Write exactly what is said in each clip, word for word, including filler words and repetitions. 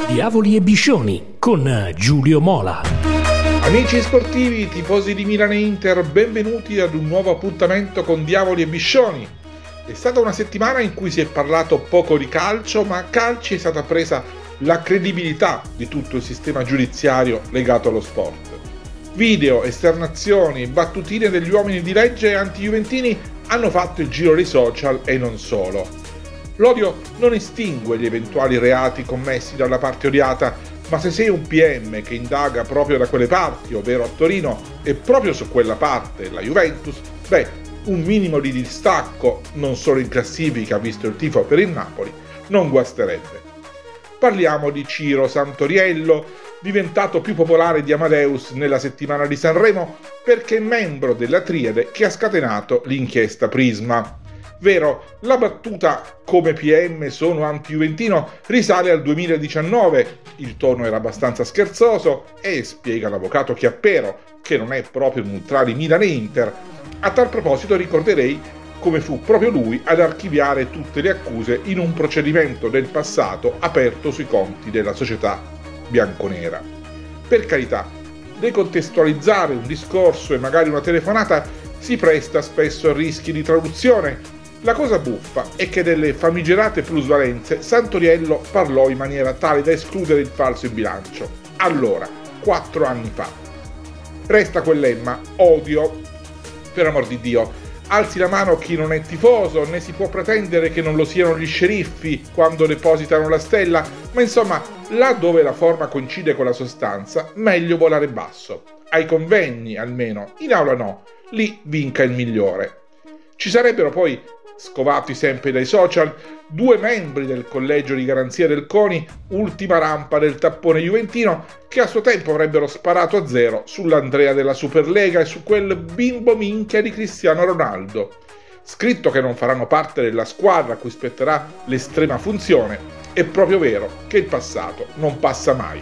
Diavoli e Biscioni con Giulio Mola. Amici sportivi, tifosi di Milan e Inter, benvenuti ad un nuovo appuntamento con Diavoli e Biscioni. È stata una settimana in cui si è parlato poco di calcio, ma a calci è stata presa la credibilità di tutto il sistema giudiziario legato allo sport. Video, esternazioni, battutine degli uomini di legge anti-juventini hanno fatto il giro dei social e non solo. L'odio non estingue gli eventuali reati commessi dalla parte odiata, ma se sei un P M che indaga proprio da quelle parti, ovvero a Torino, e proprio su quella parte, la Juventus, beh, un minimo di distacco, non solo in classifica visto il tifo per il Napoli, non guasterebbe. Parliamo di Ciro Santoriello, diventato più popolare di Amadeus nella settimana di Sanremo perché è membro della triade che ha scatenato l'inchiesta Prisma. Vero, la battuta "come P M sono anti-juventino" risale al duemiladiciannove, il tono era abbastanza scherzoso e, spiega l'avvocato Chiappero, che non è proprio un ultra di Milan e Inter, a tal proposito ricorderei come fu proprio lui ad archiviare tutte le accuse in un procedimento del passato aperto sui conti della società bianconera. Per carità, decontestualizzare un discorso e magari una telefonata si presta spesso a rischi di traduzione. La cosa buffa è che delle famigerate plusvalenze Santoriello parlò in maniera tale da escludere il falso in bilancio. Allora, quattro anni fa. Resta quel lemma, odio. Per amor di Dio, alzi la mano chi non è tifoso, né si può pretendere che non lo siano gli sceriffi quando depositano la stella, ma insomma, là dove la forma coincide con la sostanza, meglio volare basso. Ai convegni, almeno, in aula no, lì vinca il migliore. Ci sarebbero poi, scovati sempre dai social, due membri del collegio di garanzia del CONI, ultima rampa del tappone juventino, che a suo tempo avrebbero sparato a zero sull'Andrea della Superlega e su quel bimbo minchia di Cristiano Ronaldo. Scritto che non faranno parte della squadra a cui spetterà l'estrema funzione, è proprio vero che il passato non passa mai.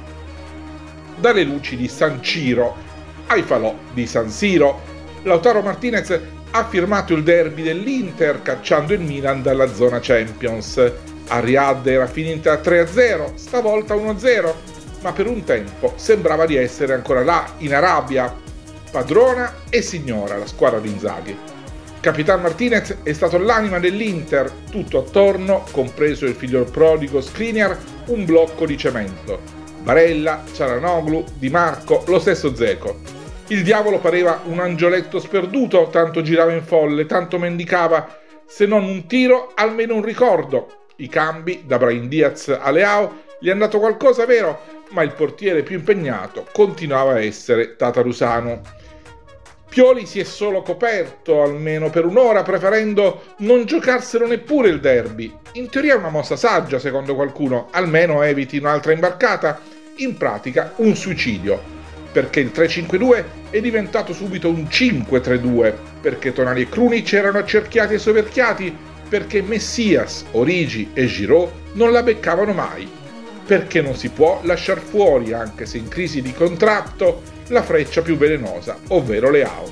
Dalle luci di San Ciro ai falò di San Siro, Lautaro Martinez ha firmato il derby dell'Inter cacciando il Milan dalla zona Champions. A Riyadh era finita tre a zero, stavolta uno a zero, ma per un tempo sembrava di essere ancora là, in Arabia. Padrona e signora la squadra di Inzaghi. Capitan Martinez è stato l'anima dell'Inter, tutto attorno, compreso il figlio prodigo Skriniar, un blocco di cemento. Barella, Çalhanoğlu, Di Marco, lo stesso Dzeko. Il diavolo pareva un angioletto sperduto, tanto girava in folle, tanto mendicava, se non un tiro, almeno un ricordo. I cambi, da Brahim Diaz a Leao, gli è andato qualcosa, vero, ma il portiere più impegnato continuava a essere Tatarusanu. Pioli si è solo coperto, almeno per un'ora, preferendo non giocarselo neppure il derby. In teoria è una mossa saggia, secondo qualcuno, almeno eviti un'altra imbarcata, in pratica un suicidio. Perché il tre cinque due è diventato subito un cinque tre due, perché Tonali e Krunic erano accerchiati e soverchiati, perché Messias, Origi e Giroud non la beccavano mai, perché non si può lasciar fuori, anche se in crisi di contratto, la freccia più velenosa, ovvero Leao.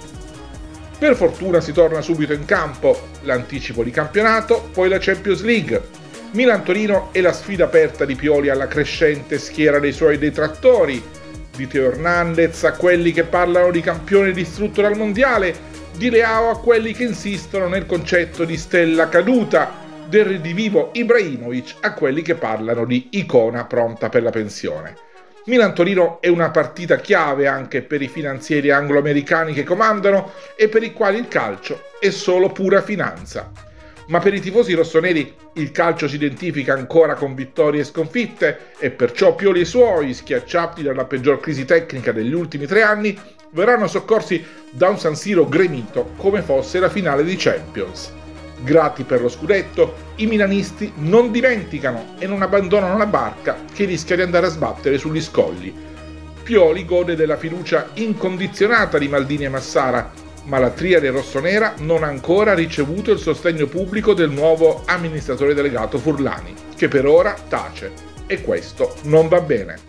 Per fortuna si torna subito in campo, l'anticipo di campionato, poi la Champions League. Milan-Torino è la sfida aperta di Pioli alla crescente schiera dei suoi detrattori, di Teo Hernandez a quelli che parlano di campione distrutto dal mondiale, di Leao a quelli che insistono nel concetto di stella caduta, del redivivo Ibrahimovic a quelli che parlano di icona pronta per la pensione. Milan-Torino è una partita chiave anche per i finanzieri anglo-americani che comandano e per i quali il calcio è solo pura finanza. Ma per i tifosi rossoneri il calcio si identifica ancora con vittorie e sconfitte e perciò Pioli e i suoi, schiacciati dalla peggior crisi tecnica degli ultimi tre anni, verranno soccorsi da un San Siro gremito come fosse la finale di Champions. Grati per lo scudetto, i milanisti non dimenticano e non abbandonano la barca che rischia di andare a sbattere sugli scogli. Pioli gode della fiducia incondizionata di Maldini e Massara, ma la triade rossonera non ha ancora ricevuto il sostegno pubblico del nuovo amministratore delegato Furlani, che per ora tace, e questo non va bene.